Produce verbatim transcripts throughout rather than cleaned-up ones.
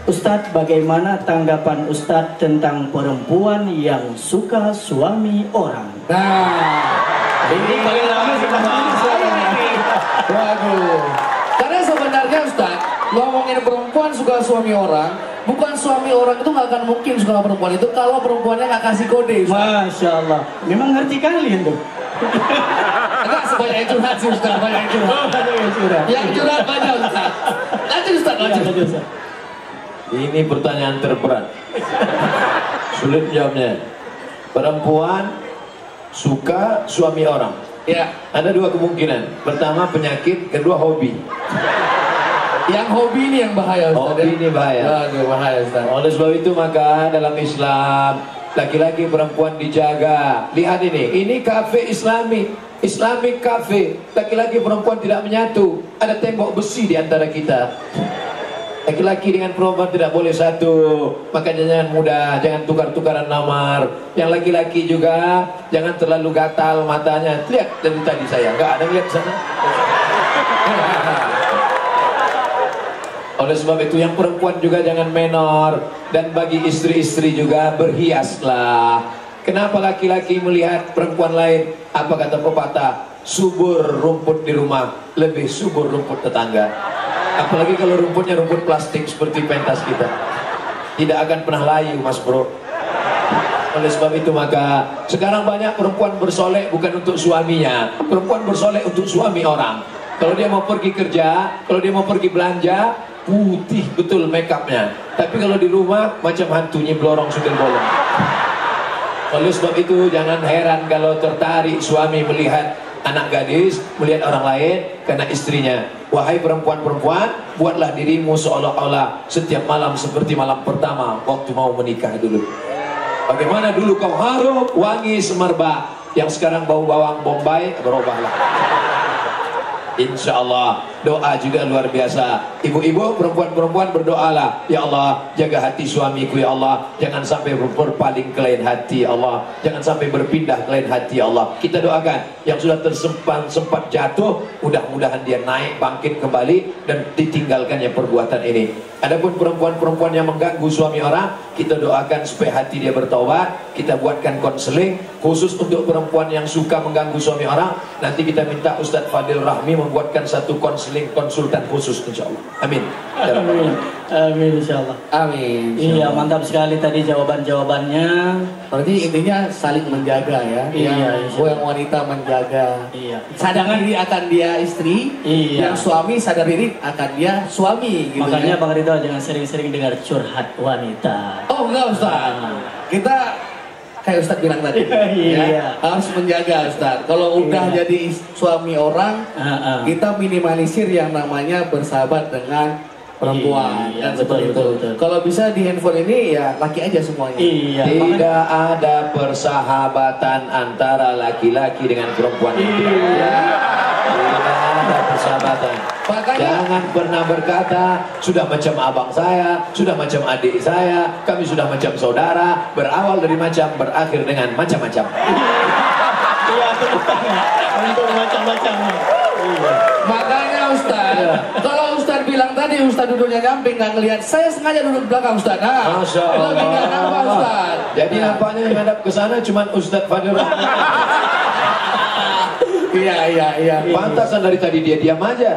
Ustadz, bagaimana tanggapan Ustadz tentang perempuan yang suka suami orang? Nah, ini paling lama saya ini. Waduh. Karena sebenarnya Ustadz, ngomongin perempuan suka suami orang, bukan suami orang itu nggak akan mungkin suka perempuan itu kalau perempuannya nggak kasih kode, Ustadz. Masya Allah, memang ngerti kalian tuh. Enggak sebanyak yang curhat sih Ustadz, banyak yang curhat. Yang curhat banyak Ustadz. Lanjut Ustadz, lanjut. Ini pertanyaan terberat. Sulit jawabnya. Perempuan suka suami orang. Ya. Ada dua kemungkinan. Pertama penyakit, kedua hobi. Yang hobi ini yang bahaya Ustaz. Hobi ini bahaya. Waduh, bahaya Ustaz. Oleh sebab itu maka dalam Islam laki-laki perempuan dijaga. Lihat ini, ini kafe Islami, Islamic cafe. Laki-laki perempuan tidak menyatu. Ada tembok besi di antara kita. Laki-laki dengan perempuan tidak boleh satu. Makanya jangan mudah, jangan tukar-tukaran nomor. Yang laki-laki juga jangan terlalu gatal matanya. Lihat dari tadi saya, nggak ada lihat sana. Oleh sebab itu yang perempuan juga jangan menor. Dan bagi istri-istri juga berhiaslah. Kenapa laki-laki melihat perempuan lain? Apa kata pepatah? Subur rumput di rumah, lebih subur rumput tetangga. Apalagi kalau rumputnya rumput plastik seperti pentas kita, tidak akan pernah layu mas bro. Oleh sebab itu maka sekarang banyak perempuan bersolek bukan untuk suaminya. Perempuan bersolek untuk suami orang. Kalau dia mau pergi kerja, kalau dia mau pergi belanja, putih betul make upnya. Tapi kalau di rumah macam hantunya blorong sundel bolong. Oleh sebab itu jangan heran kalau tertarik suami melihat anak gadis, melihat orang lain karena istrinya. Wahai perempuan-perempuan, buatlah dirimu seolah-olah setiap malam seperti malam pertama waktu mau menikah dulu. Bagaimana dulu kau harum, wangi, semerbak, yang sekarang bau bawang bombay, berubahlah. Insya Allah doa juga luar biasa. Ibu-ibu, perempuan-perempuan berdoalah. Ya Allah, jaga hati suamiku ya Allah. Jangan sampai berpaling ke lain hati ya Allah. Jangan sampai berpindah ke lain hati ya Allah. Kita doakan yang sudah tersempat sempat jatuh, mudah-mudahan dia naik bangkit kembali dan ditinggalkannya perbuatan ini. Adapun perempuan-perempuan yang mengganggu suami orang, kita doakan supaya hati dia bertaubat. Kita buatkan konseling khusus untuk perempuan yang suka mengganggu suami orang. Nanti kita minta Ustadz Fadil Rahmi membuatkan satu konseling konsultan khusus insya Allah. Amin. Amin. Amin insya Allah. Amin. Iya mantap sekali tadi jawaban-jawabannya. Berarti intinya saling menjaga ya. Iya. Yang yang wanita menjaga. Iya. Sadar diri akan dia istri. Iya. Yang suami sadar diri akan dia suami. Gitu makanya ya. Bang Ridho jangan sering-sering dengar curhat wanita. Oh enggak Ustaz. Kita kayak Ustaz bilang tadi. Iya. Ya, harus menjaga Ustaz. Kalau udah iya. jadi suami orang, uh, uh. kita minimalisir yang namanya bersahabat dengan perempuan. Iya, dan betul, seperti betul, itu. betul. Kalau bisa di handphone ini ya laki aja semuanya. Iya. Tidak ada persahabatan antara laki-laki dengan perempuan. Iya. Tidak ada persahabatan. Makanya, jangan pernah berkata sudah macam abang saya, sudah macam adik saya, kami sudah macam saudara. Berawal dari macam, berakhir dengan macam-macam. Iya, untuk macam-macam. makanya Ustaz, kalau Ustaz bilang tadi Ustaz duduknya nyamping nggak ngelihat, saya sengaja duduk belakang Ustaz. Nah, Masya Allah. nggak nampak Ustaz. Jadi nampaknya yang hadap ke sana cuma Ustaz Fadil. Iya iya iya. Pantasan dari tadi dia diam aja.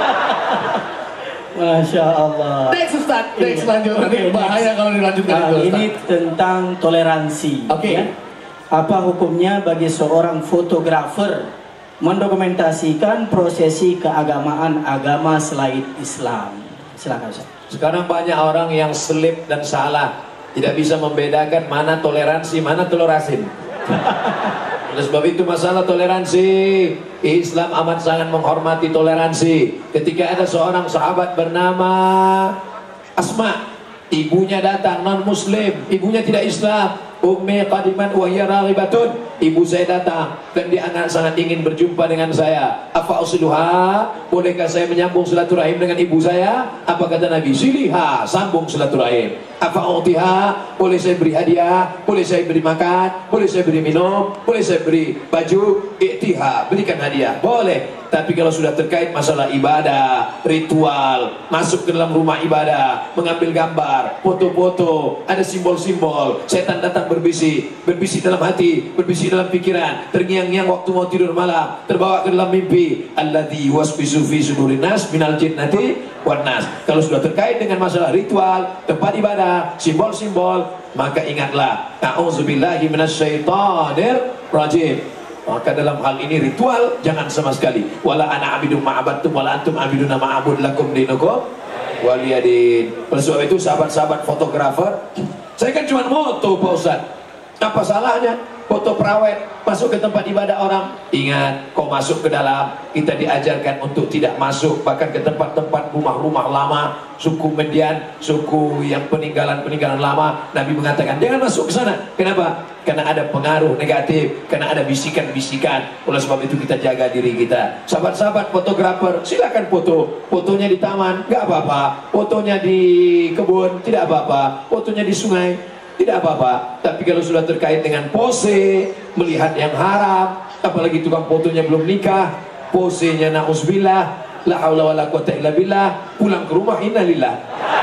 Masya Allah. Next Ustaz, next Iya. lanjut. Nanti Okay, bahaya next. kalau dilanjutkan Nah, itu Ustaz. ini tentang toleransi. Oke. Okay. Ya? Apa hukumnya bagi seorang fotografer mendokumentasikan prosesi keagamaan agama selain Islam? Silakan Ustaz. Sekarang banyak orang yang selip dan salah, tidak bisa membedakan mana toleransi, mana telurasin. Oleh sebab itu masalah toleransi, Islam amat sangat menghormati toleransi. Ketika ada seorang sahabat bernama Asma, ibunya datang non muslim, ibunya tidak Islam, ummi qadiman wa hiya raghibatun. ibu saya datang dan dia anak sangat ingin berjumpa dengan saya. Afa usluha, bolehkah saya menyambung silaturahim dengan ibu saya? Apa kata Nabi? Siliha, sambung silaturahim. Afa utiha, boleh saya beri hadiah, boleh saya beri makan, boleh saya beri minum, boleh saya beri baju. Iktiha, berikan hadiah, boleh. Tapi kalau sudah terkait masalah ibadah, ritual, masuk ke dalam rumah ibadah, mengambil gambar, foto-foto, ada simbol-simbol, setan datang berbisik, berbisik dalam hati, berbisik dalam pikiran, terngiang-ngiang waktu mau tidur malam, terbawa ke dalam mimpi. Alladzi wasbisu fi sudurin nas minal jinnati wan nas. Kalau sudah terkait dengan masalah ritual, tempat ibadah, simbol-simbol, maka ingatlah, a'udzubillahi minasyaitonir rajim. Maka dalam hal ini ritual jangan sama sekali. Wala ana abidum ma'abattum wala antum abiduna ma'abud lakum dinukum waliyadin. Oleh sebab itu sahabat-sahabat fotografer, saya kan cuma moto Pak Ustaz. Apa salahnya foto perawet masuk ke tempat ibadah orang? Ingat, kau masuk ke dalam, kita diajarkan untuk tidak masuk bahkan ke tempat-tempat rumah-rumah lama, suku Median, suku yang peninggalan-peninggalan lama. Nabi mengatakan jangan masuk ke sana. Kenapa? Karena ada pengaruh negatif, karena ada bisikan-bisikan. Oleh sebab itu kita jaga diri kita. Sahabat-sahabat fotografer, silakan foto. Fotonya di taman, nggak apa-apa. Fotonya di kebun, tidak apa-apa. Fotonya di sungai, tidak apa-apa. Tapi kalau sudah terkait dengan pose, melihat yang haram, apalagi tukang fotonya belum nikah, posenya na'udzubillah, la haula wala quwata illa billah, pulang ke rumah innalillah.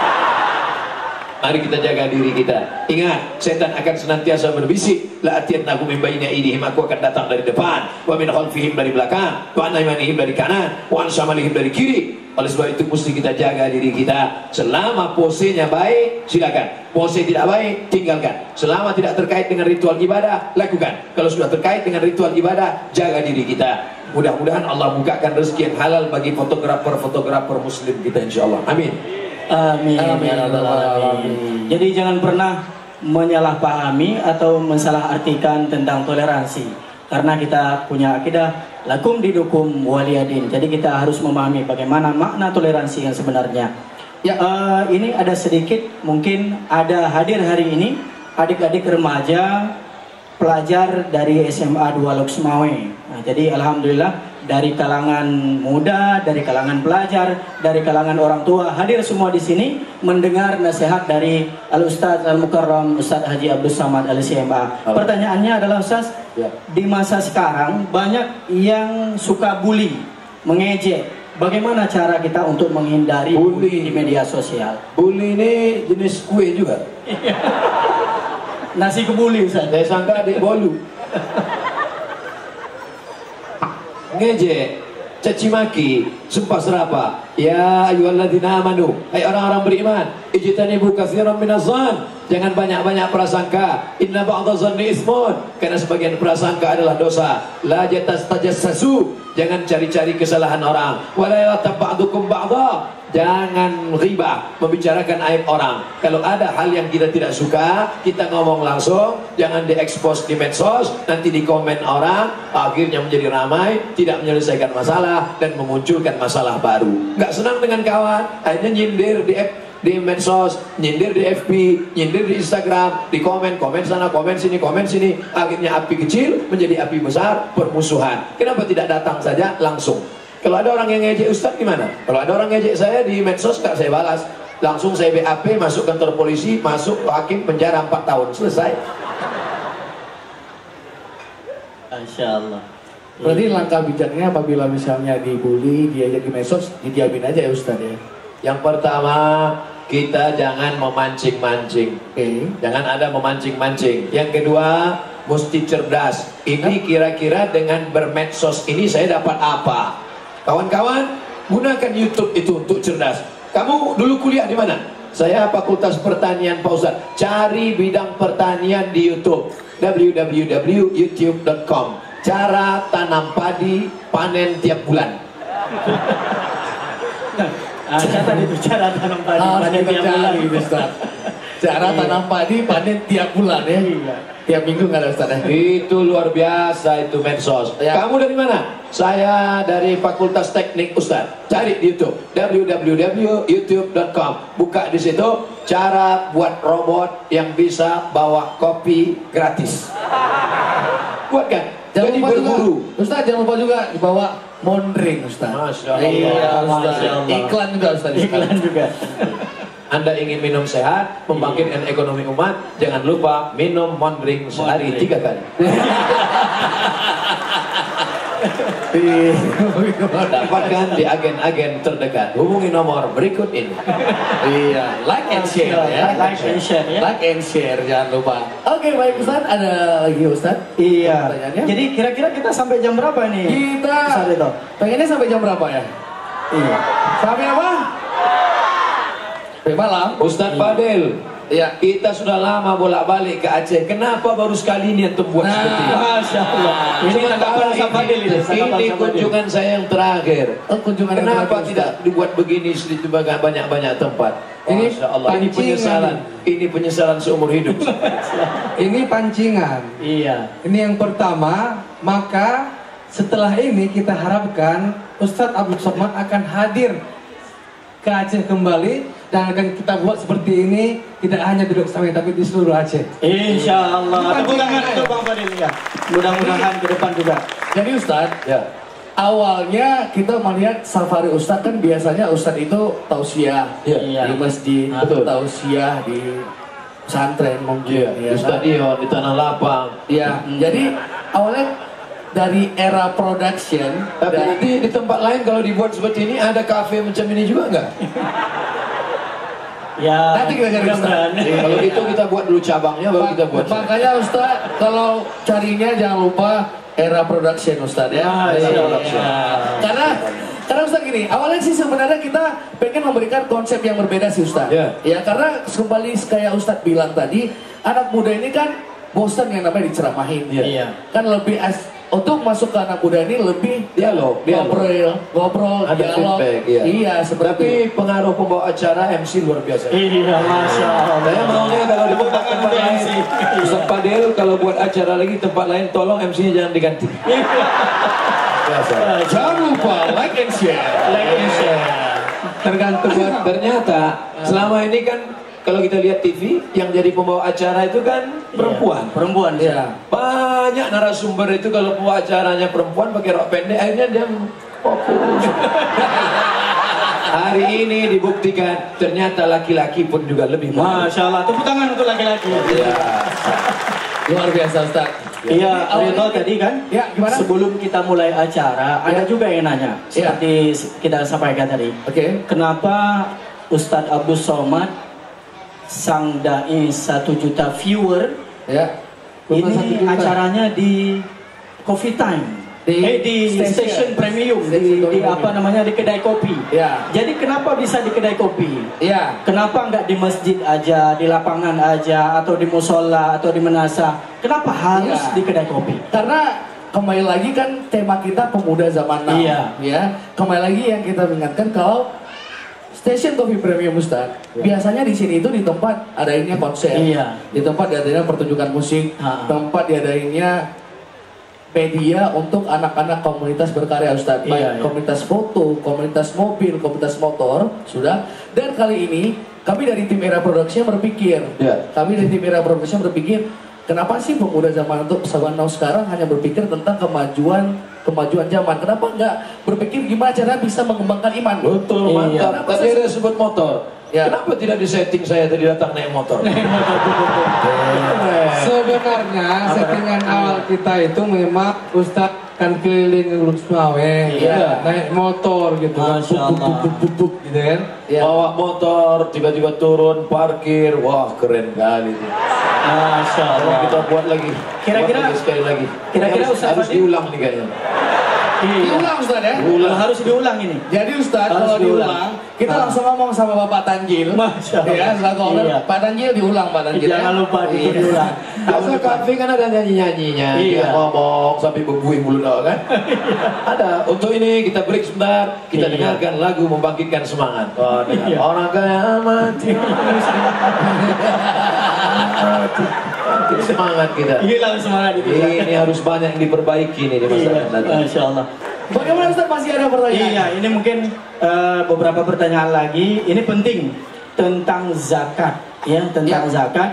Mari kita jaga diri kita. Ingat, setan akan senantiasa berbisik, la atiyannahum min bayni aydihim, aku akan datang dari depan, wa min khalfihim, dari belakang, wa an aymanihim, dari kanan, wa an shamalihim, dari kiri. Oleh sebab itu mesti kita jaga diri kita. Selama posenya baik, silakan. Pose tidak baik, tinggalkan. Selama tidak terkait dengan ritual ibadah, lakukan. Kalau sudah terkait dengan ritual ibadah, jaga diri kita. Mudah-mudahan Allah bukakan rezeki yang halal bagi fotografer-fotografer muslim kita, insyaallah. Amin. Amin. Amin. Amin. Jadi jangan pernah menyalahpahami atau mensalahartikan tentang toleransi, karena kita punya akidah lakum dinukum waliyadin. Jadi kita harus memahami bagaimana makna toleransi yang sebenarnya. Ya, uh, ini ada sedikit, mungkin ada hadir hari ini adik-adik remaja pelajar dari S M A dua Loksmawe. Nah, jadi alhamdulillah dari kalangan muda, dari kalangan pelajar, dari kalangan orang tua hadir semua di sini mendengar nasihat dari Al Ustadz Al Mukarram Ustadz Haji Abdul Samad Al S M A. Oh. Pertanyaannya adalah Ustadz, ya, di masa sekarang banyak yang suka bully, mengejek. Bagaimana cara kita untuk menghindari bully di media sosial? Bully ini jenis kue juga. Nasi kebuli Ustaz. Saya sangka adik bolu. Ngejek, caci maki, sumpah serapa. Ya ayyuhalladzina amanu, hai orang-orang beriman, ijtanibu katsiran minadh-dhann, jangan banyak-banyak prasangka. Inna ba'dadh-dhanni itsmun, karena sebagian prasangka adalah dosa. La tajassasu, jangan cari-cari kesalahan orang. Wala yaghtab ba'dukum ba'dha, jangan ghibah, membicarakan aib orang. Kalau ada hal yang kita tidak suka, kita ngomong langsung, jangan diekspos di medsos, nanti di komen orang, akhirnya menjadi ramai, tidak menyelesaikan masalah dan memunculkan masalah baru. Nggak senang dengan kawan, akhirnya nyindir di F, di medsos, nyindir di F B, nyindir di Instagram, di komen, komen sana, komen sini, komen sini, akhirnya api kecil menjadi api besar, permusuhan. Kenapa tidak datang saja langsung? Kalau ada orang yang ngejek Ustaz gimana? Kalau ada orang ngejek saya di medsos, tak saya balas, langsung saya B A P, masuk kantor polisi, masuk hakim, penjara empat tahun, selesai. Masya Allah. Berarti langkah bijaknya apabila misalnya dibully, diajak di medsos, didiamin aja ya Ustaz ya. Yang pertama, kita jangan memancing-mancing. Okay. Jangan ada memancing-mancing. Yang kedua, mesti cerdas. Ini kira-kira dengan bermedsos ini saya dapat apa? Kawan-kawan, gunakan YouTube itu untuk cerdas. Kamu dulu kuliah di mana? Saya Fakultas Pertanian Pak Ustaz. Cari bidang pertanian di YouTube. w w w titik youtube titik com. Cara tanam padi panen tiap bulan. Ah, tadi itu cara tanam padi panen tiap bulan gitu Ustaz. Cara tanam padi panen tiap bulan ya. Tiap minggu nggak ada Ustaz ya? Itu luar biasa itu medsos. Ya. Kamu dari mana? Saya dari Fakultas Teknik Ustaz. Cari di YouTube w w w titik youtube titik com. Buka di situ cara buat robot yang bisa bawa kopi gratis. Buat Jangan Jadi lupa juga, berburu. Ustaz jangan lupa juga dibawa mondring Ustaz. Masya Allah. Iya, Ustaz. Masya Allah. Iklan juga Ustaz. Iklan juga. Anda ingin minum sehat, membangkitkan ekonomi umat, jangan lupa minum mondring sehari Mondring. tiga kali. Dapatkan di agen-agen terdekat. Hubungi nomor berikut ini. Iya, like and share ya. Like and share ya. Like and share jangan lupa. Oke, baik Ustaz, ada lagi Ustaz? Iya. Pertanyaannya? Jadi kira-kira kita sampai jam berapa nih? Kita Ustaz Rito? pengennya sampai jam berapa ya? Iya. Sampai apa? Sampai malam. Ustadz Fadil, Iya. kita sudah lama bolak-balik ke Aceh. Kenapa baru sekali ini antum buat Nah, seperti ini? Masya Allah. Ini Sementara tanggapan Ustaz Fadil ini. ini, Tanggapan ini Ustaz Fadil. kunjungan saya yang terakhir. Oh, kunjungan yang Kenapa terakhir, tidak Ustaz. dibuat begini sedikit banyak-banyak tempat? Ini Masya Allah, ini pancingan. penyesalan. Ini penyesalan seumur hidup. Ini pancingan. Iya. Ini yang pertama, maka setelah ini kita harapkan Ustadz Abdul Somad akan hadir ke Aceh kembali dan akan kita buat seperti ini tidak hanya di Lok Sawit tapi di seluruh Aceh. Insya Allah. Ini Tepuk tangan pancingan. untuk Bang Fadil ya. Mudah-mudahan ke depan juga. Jadi Ustaz, Ya. awalnya kita melihat safari Ustadz kan biasanya Ustadz itu tausiah Iya. di masjid, Ah, betul. tausiah di pesantren mungkin. Iya, ya di kan? stadion, di tanah lapang. Iya, jadi awalnya dari era production Tapi dan nanti di tempat lain kalau dibuat seperti ini ada kafe macam ini juga nggak? Ya. Nanti kita cari mudah-mudahan. Ustaz. Kalau gitu kita buat dulu cabangnya baru kita buat. makanya Ustadz kalau carinya jangan lupa era production Ustadz ya. Ah, Era iya. production. Karena karena Ustadz gini, awalnya sih sebenarnya kita pengen memberikan konsep yang berbeda sih Ustadz. Iya. Ya karena kembali kayak Ustadz bilang tadi, anak muda ini kan bosan yang namanya diceramahin. Iya. Kan lebih as untuk masuk ke anak muda ini lebih Dialog, dialog. ngobrol, ngobrol, Ada dialog. feedback, iya. Iya, seperti Tapi pengaruh pembawa acara M C luar biasa. Iya, Masya Allah. Saya maunya kalau di tempat tempat Untuk lain, M C. Ustaz Fadil kalau buat acara lagi tempat lain tolong M C-nya jangan diganti. Biasa. Jangan lupa like and share. Like and share. Tergantung buat ternyata selama ini kan kalau kita lihat T V yang jadi pembawa acara itu kan perempuan. Iya, perempuan. Iya. Banyak narasumber itu kalau pembawa acaranya perempuan pakai rok pendek akhirnya dia fokus. Hari ini dibuktikan ternyata laki-laki pun juga lebih baik. Masya Allah. Tepuk tangan untuk laki-laki. Ya. Luar biasa Ustaz. Iya, Awalnya- Rito tadi kan, Ya, gimana? sebelum kita mulai acara, ada Ya. juga yang nanya, Ya. seperti kita sampaikan tadi. Oke. Kenapa Ustadz Abdul Somad, sang dai satu juta viewer, Ya. Bukan satu ini juta. acaranya di Coffee Time, Di eh di station. station, premium, Station di, di premium. apa namanya di kedai kopi. Ya. Jadi kenapa bisa di kedai kopi? Iya. Kenapa nggak di masjid aja, di lapangan aja, atau di musola, atau di menasa? Kenapa harus Iya. di kedai kopi? Karena kembali lagi kan tema kita pemuda zaman now. Iya. Ya. Kembali lagi yang kita ingatkan kalau Station Coffee Premium Ustaz, biasanya di sini itu di tempat adanya konser, Iya. di tempat diadainnya pertunjukan musik, Ha. tempat diadainnya media untuk anak-anak komunitas berkarya Ustaz, baik Iya, iya. komunitas foto, komunitas mobil, komunitas motor, sudah. Dan kali ini kami dari tim Era Production berpikir, Iya. kami dari tim Era Production berpikir, kenapa sih pemuda zaman untuk zaman now sekarang hanya berpikir tentang kemajuan kemajuan zaman? Kenapa nggak berpikir gimana cara bisa mengembangkan iman? Betul, Iya. mantap. Tadi ada sebut motor. Ya. Kenapa tidak disetting saya tadi datang naik motor? Sebenarnya settingan awal kita itu memang Ustadz kan keliling Luk Sawit, Iya. naik motor gitu kan, Masya buk, buk, Allah. buk, buk, buk, gitu kan. Ya. Bawa motor, tiba-tiba turun, parkir. Wah, keren kali itu. Masya Kalau Allah. kita buat lagi, Kira-kira- buat lagi sekali lagi. kira-kira harus, Ustaz harus Fadil- diulang nih kayaknya. Iya. Diulang Ustaz ya. Ulang. Harus diulang ini. Jadi Ustaz Harus kalau diulang. diulang, kita Ah. langsung ngomong sama Bapak Tanjil. Masya Allah. Ya, selaku owner, Iya. Pak Tanjil diulang Pak Tanjil. Jangan ya. lupa Iya. diulang. Biasa kafe kan ada nyanyi-nyanyinya, Iya. dia ngomong sampai berbuih mulut tau kan? Ada. Untuk ini kita break sebentar, kita Iya. dengarkan lagu membangkitkan semangat. Oh, dengar. Iya. Orang kaya mati. Bangkit semangat kita. Hilang semangat itu. Ini harus banyak yang diperbaiki nih di masa Iya, akan datang. Masya Allah. Bagaimana Ustaz, masih ada pertanyaan? Iya, ini mungkin eh, beberapa pertanyaan lagi. Ini penting tentang zakat, ya tentang Ya. zakat.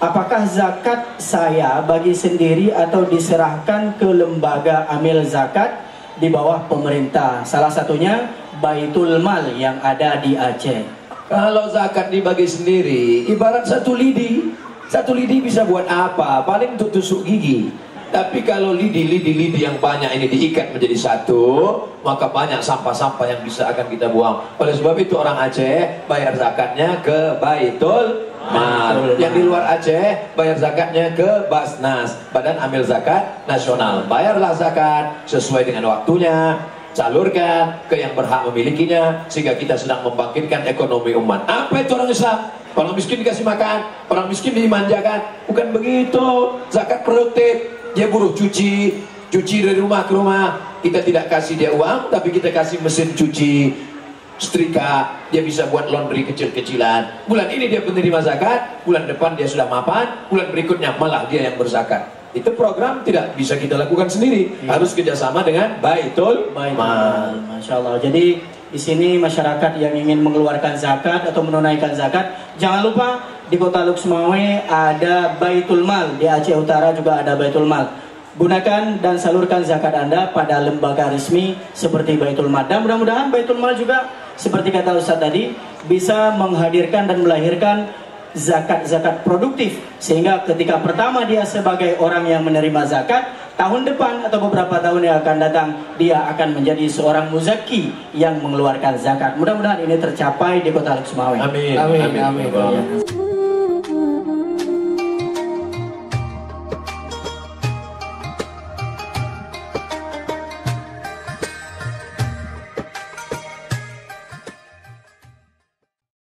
apakah zakat saya bagi sendiri atau diserahkan ke lembaga amil zakat di bawah pemerintah? Salah satunya Baitul Mal yang ada di Aceh. Kalau zakat dibagi sendiri, ibarat satu lidi. Satu lidi bisa buat apa? Paling untuk tusuk gigi. Tapi kalau lidi-lidi-lidi yang banyak ini diikat menjadi satu, maka banyak sampah-sampah yang bisa akan kita buang. Oleh sebab itu orang Aceh bayar zakatnya ke Baitul Mal. Yang di luar Aceh bayar zakatnya ke Basnas, Badan Amil Zakat Nasional. Bayarlah zakat sesuai dengan waktunya, salurkan ke yang berhak memilikinya, sehingga kita sedang membangkitkan ekonomi umat. Apa itu orang Islam? Orang miskin dikasih makan, orang miskin dimanjakan. Bukan begitu. Zakat produktif. Dia buruh cuci, cuci dari rumah ke rumah. Kita tidak kasih dia uang, tapi kita kasih mesin cuci, setrika. Dia bisa buat laundry kecil-kecilan. Bulan ini dia penerima zakat, bulan depan dia sudah mapan, bulan berikutnya malah dia yang berzakat. Itu program tidak bisa kita lakukan sendiri, ya. Harus kerjasama dengan Baitul Mal. Masya Allah. Jadi di sini masyarakat yang ingin mengeluarkan zakat atau menunaikan zakat, jangan lupa di Kota Luk Sumawe ada Baitul Mal, di Aceh Utara juga ada Baitul Mal. Gunakan dan salurkan zakat Anda pada lembaga resmi seperti Baitul Mal. Dan mudah-mudahan Baitul Mal juga seperti kata Ustadz tadi bisa menghadirkan dan melahirkan zakat-zakat produktif, sehingga ketika pertama dia sebagai orang yang menerima zakat, tahun depan atau beberapa tahun yang akan datang dia akan menjadi seorang muzaki yang mengeluarkan zakat. Mudah-mudahan ini tercapai di Kota Luk Sumawe. Amin. Amin. Amin. Amin. Amin.